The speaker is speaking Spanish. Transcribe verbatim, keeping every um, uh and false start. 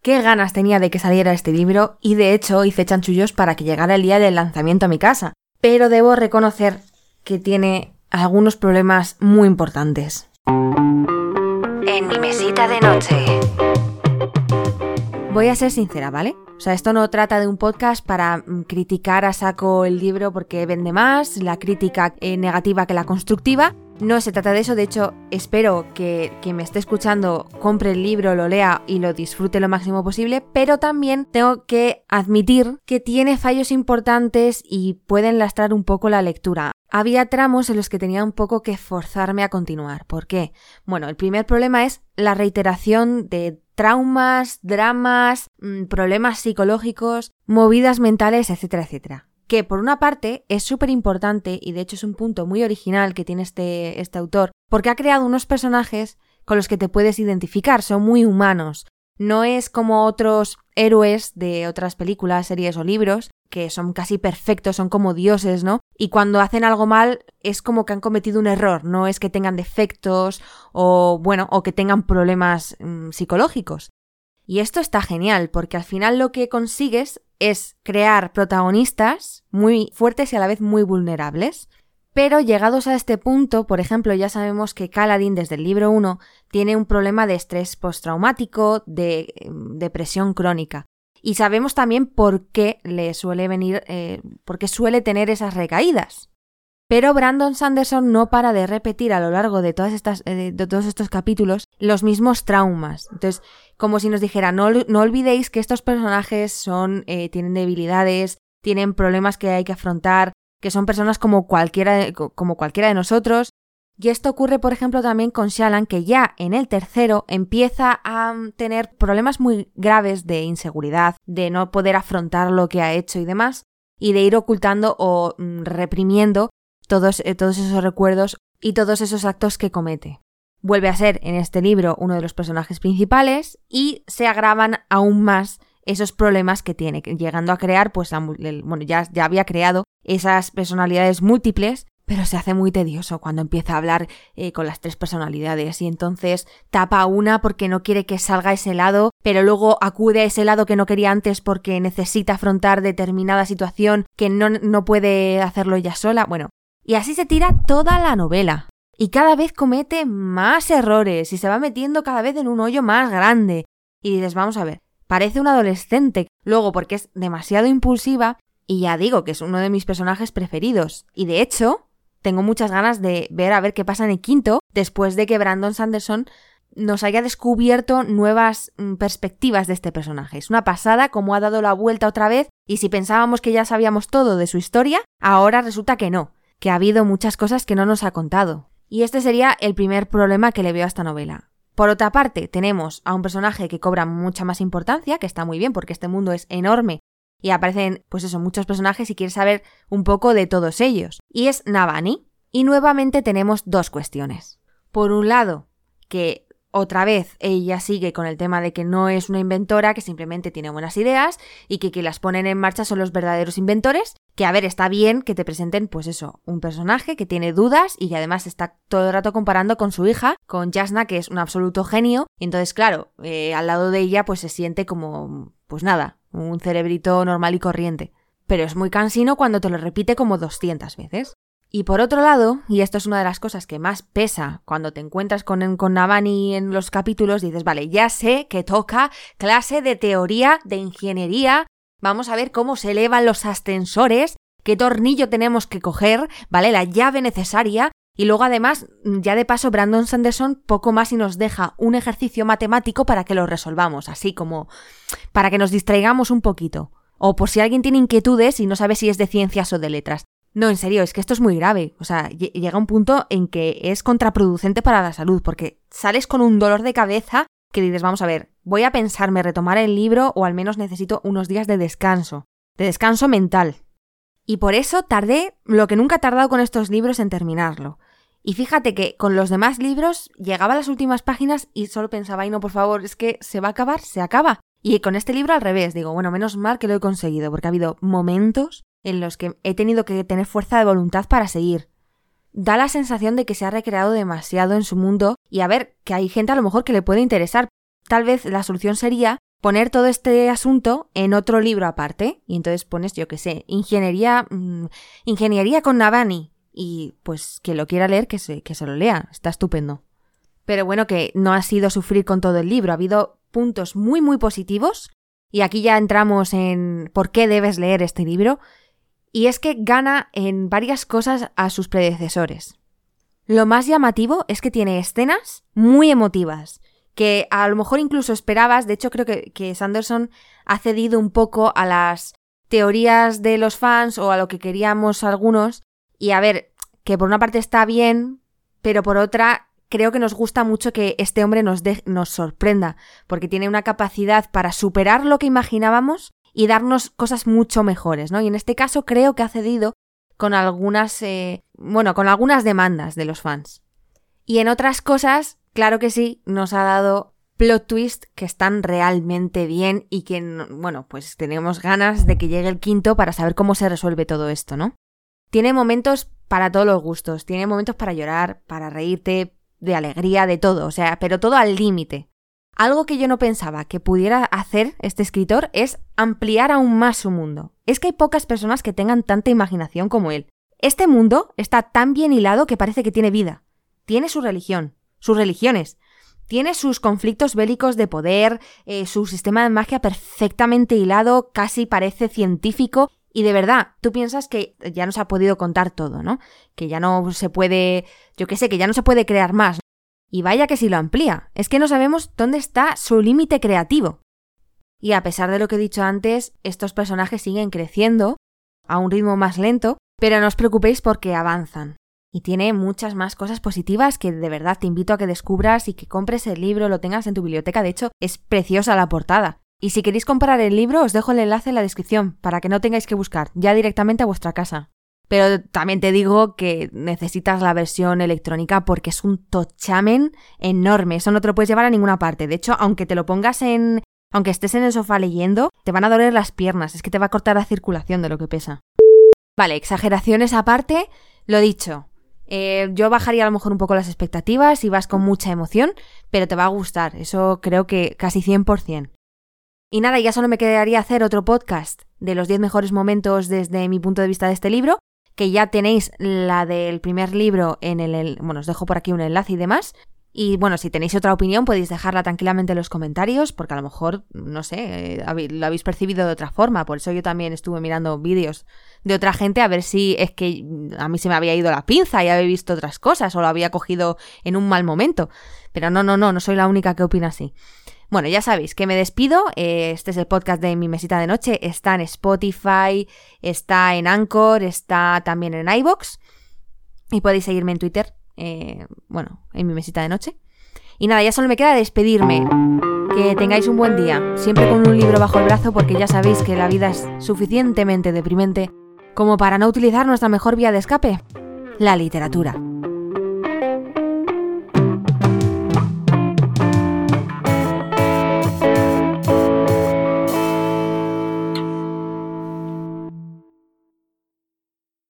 qué ganas tenía de que saliera este libro y de hecho hice chanchullos para que llegara el día del lanzamiento a mi casa. Pero debo reconocer que tiene algunos problemas muy importantes. En mi mesita de noche. Voy a ser sincera, ¿vale? O sea, esto no trata de un podcast para criticar a saco el libro porque vende más, la crítica eh, negativa que la constructiva. No se trata de eso, de hecho, espero que quien me esté escuchando compre el libro, lo lea y lo disfrute lo máximo posible, pero también tengo que admitir que tiene fallos importantes y pueden lastrar un poco la lectura. Había tramos en los que tenía un poco que forzarme a continuar. ¿Por qué? Bueno, el primer problema es la reiteración de traumas, dramas, mmm, problemas psicológicos, movidas mentales, etcétera, etcétera. Que por una parte es súper importante y de hecho es un punto muy original que tiene este, este autor, porque ha creado unos personajes con los que te puedes identificar, son muy humanos. No es como otros héroes de otras películas, series o libros, que son casi perfectos, son como dioses, ¿no? Y cuando hacen algo mal es como que han cometido un error, no es que tengan defectos o, bueno, o que tengan problemas mmm, psicológicos. Y esto está genial, porque al final lo que consigues es crear protagonistas muy fuertes y a la vez muy vulnerables. Pero llegados a este punto, por ejemplo, ya sabemos que Kaladin desde el libro uno tiene un problema de estrés postraumático, de eh, depresión crónica. Y sabemos también por qué le suele venir, eh, por qué suele tener esas recaídas. Pero Brandon Sanderson no para de repetir a lo largo de, todas estas, eh, de todos estos capítulos los mismos traumas. Entonces, como si nos dijera, no, no olvidéis que estos personajes son, eh, tienen debilidades, tienen problemas que hay que afrontar, que son personas como cualquiera, como cualquiera de nosotros. Y esto ocurre, por ejemplo, también con Shallan, que ya en el tercero empieza a tener problemas muy graves de inseguridad, de no poder afrontar lo que ha hecho y demás, y de ir ocultando o mm, reprimiendo todos, eh, todos esos recuerdos y todos esos actos que comete. Vuelve a ser en este libro uno de los personajes principales y se agravan aún más esos problemas que tiene, llegando a crear, pues, la, bueno, ya, ya había creado esas personalidades múltiples, pero se hace muy tedioso cuando empieza a hablar eh, con las tres personalidades y entonces tapa una porque no quiere que salga ese lado, pero luego acude a ese lado que no quería antes porque necesita afrontar determinada situación que no, no puede hacerlo ella sola. Bueno, y así se tira toda la novela. Y cada vez comete más errores y se va metiendo cada vez en un hoyo más grande. Y dices, vamos a ver, parece un adolescente. Luego porque es demasiado impulsiva y ya digo que es uno de mis personajes preferidos. Y de hecho, tengo muchas ganas de ver a ver qué pasa en el quinto después de que Brandon Sanderson nos haya descubierto nuevas mm, perspectivas de este personaje. Es una pasada cómo ha dado la vuelta otra vez y si pensábamos que ya sabíamos todo de su historia, ahora resulta que no, que ha habido muchas cosas que no nos ha contado. Y este sería el primer problema que le veo a esta novela. Por otra parte, tenemos a un personaje que cobra mucha más importancia, que está muy bien porque este mundo es enorme y aparecen, pues eso, muchos personajes y quieres saber un poco de todos ellos. Y es Navani. Y nuevamente tenemos dos cuestiones. Por un lado, que otra vez ella sigue con el tema de que no es una inventora, que simplemente tiene buenas ideas y que quien las ponen en marcha son los verdaderos inventores. Que a ver, está bien que te presenten, pues eso, un personaje que tiene dudas y que además está todo el rato comparando con su hija, con Jasna, que es un absoluto genio. Y entonces, claro, eh, al lado de ella pues se siente como, pues nada, un cerebrito normal y corriente. Pero es muy cansino cuando te lo repite como doscientas veces. Y por otro lado, y esto es una de las cosas que más pesa cuando te encuentras con, con Navani en los capítulos, dices, vale, ya sé que toca clase de teoría, de ingeniería, vamos a ver cómo se elevan los ascensores, qué tornillo tenemos que coger, ¿vale? La llave necesaria. Y luego además, ya de paso, Brandon Sanderson poco más y nos deja un ejercicio matemático para que lo resolvamos, así como para que nos distraigamos un poquito. O por si alguien tiene inquietudes y no sabe si es de ciencias o de letras. No, en serio, es que esto es muy grave. O sea, llega un punto en que es contraproducente para la salud, porque sales con un dolor de cabeza que dices, vamos a ver, voy a pensarme retomar el libro o al menos necesito unos días de descanso, de descanso mental. Y por eso tardé lo que nunca he tardado con estos libros en terminarlo. Y fíjate que con los demás libros llegaba a las últimas páginas y solo pensaba, ay no, por favor, es que se va a acabar, se acaba. Y con este libro al revés, digo, bueno, menos mal que lo he conseguido, porque ha habido momentos en los que he tenido que tener fuerza de voluntad para seguir. Da la sensación de que se ha recreado demasiado en su mundo y a ver, que hay gente a lo mejor que le puede interesar. Tal vez la solución sería poner todo este asunto en otro libro aparte. Y entonces pones, yo qué sé, ingeniería, mmm, ingeniería con Navani. Y pues quien lo quiera leer, que se, que se lo lea. Está estupendo. Pero bueno, que no ha sido sufrir con todo el libro. Ha habido puntos muy, muy positivos. Y aquí ya entramos en por qué debes leer este libro. Y es que gana en varias cosas a sus predecesores. Lo más llamativo es que tiene escenas muy emotivas, que a lo mejor incluso esperabas. De hecho, creo que, que Sanderson ha cedido un poco a las teorías de los fans o a lo que queríamos algunos. Y a ver, que por una parte está bien, pero por otra creo que nos gusta mucho que este hombre nos, de- nos sorprenda, porque tiene una capacidad para superar lo que imaginábamos y darnos cosas mucho mejores, ¿no? Y en este caso creo que ha cedido con algunas, eh, bueno, con algunas demandas de los fans. Y en otras cosas, claro que sí, nos ha dado plot twist que están realmente bien y que, bueno, pues tenemos ganas de que llegue el quinto para saber cómo se resuelve todo esto, ¿no? Tiene momentos para todos los gustos, tiene momentos para llorar, para reírte, de alegría, de todo, o sea, pero todo al límite. Algo que yo no pensaba que pudiera hacer este escritor es ampliar aún más su mundo. Es que hay pocas personas que tengan tanta imaginación como él. Este mundo está tan bien hilado que parece que tiene vida. Tiene su religión, sus religiones, tiene sus conflictos bélicos de poder, eh, su sistema de magia perfectamente hilado, casi parece científico. Y de verdad, tú piensas que ya no se ha podido contar todo, ¿no? Que ya no se puede, yo qué sé, que ya no se puede crear más. Y vaya que si lo amplía. Es que no sabemos dónde está su límite creativo. Y a pesar de lo que he dicho antes, estos personajes siguen creciendo a un ritmo más lento, pero no os preocupéis porque avanzan. Y tiene muchas más cosas positivas que de verdad te invito a que descubras y que compres el libro, lo tengas en tu biblioteca. De hecho, es preciosa la portada. Y si queréis comprar el libro, os dejo el enlace en la descripción para que no tengáis que buscar, ya directamente a vuestra casa. Pero también te digo que necesitas la versión electrónica porque es un tochamen enorme. Eso no te lo puedes llevar a ninguna parte. De hecho, aunque te lo pongas en... aunque estés en el sofá leyendo, te van a doler las piernas. Es que te va a cortar la circulación de lo que pesa. Vale, exageraciones aparte, lo dicho. Eh, yo bajaría a lo mejor un poco las expectativas si vas con mucha emoción, pero te va a gustar. Eso creo que casi cien por ciento. Y nada, ya solo me quedaría hacer otro podcast de los diez mejores momentos desde mi punto de vista de este libro, que ya tenéis la del primer libro en el... Bueno, os dejo por aquí un enlace y demás. Y bueno, si tenéis otra opinión podéis dejarla tranquilamente en los comentarios, porque a lo mejor, no sé, eh, lo habéis percibido de otra forma. Por eso yo también estuve mirando vídeos de otra gente a ver si es que a mí se me había ido la pinza y había visto otras cosas o lo había cogido en un mal momento. Pero no, no, no, no soy la única que opina así. Bueno, ya sabéis que me despido. Este es el podcast de Mi Mesita de Noche. Está en Spotify, está en Anchor, está también en iVoox. Y podéis seguirme en Twitter, eh, bueno, en Mi Mesita de Noche. Y nada, ya solo me queda despedirme. Que tengáis un buen día, siempre con un libro bajo el brazo, porque ya sabéis que la vida es suficientemente deprimente como para no utilizar nuestra mejor vía de escape, la literatura.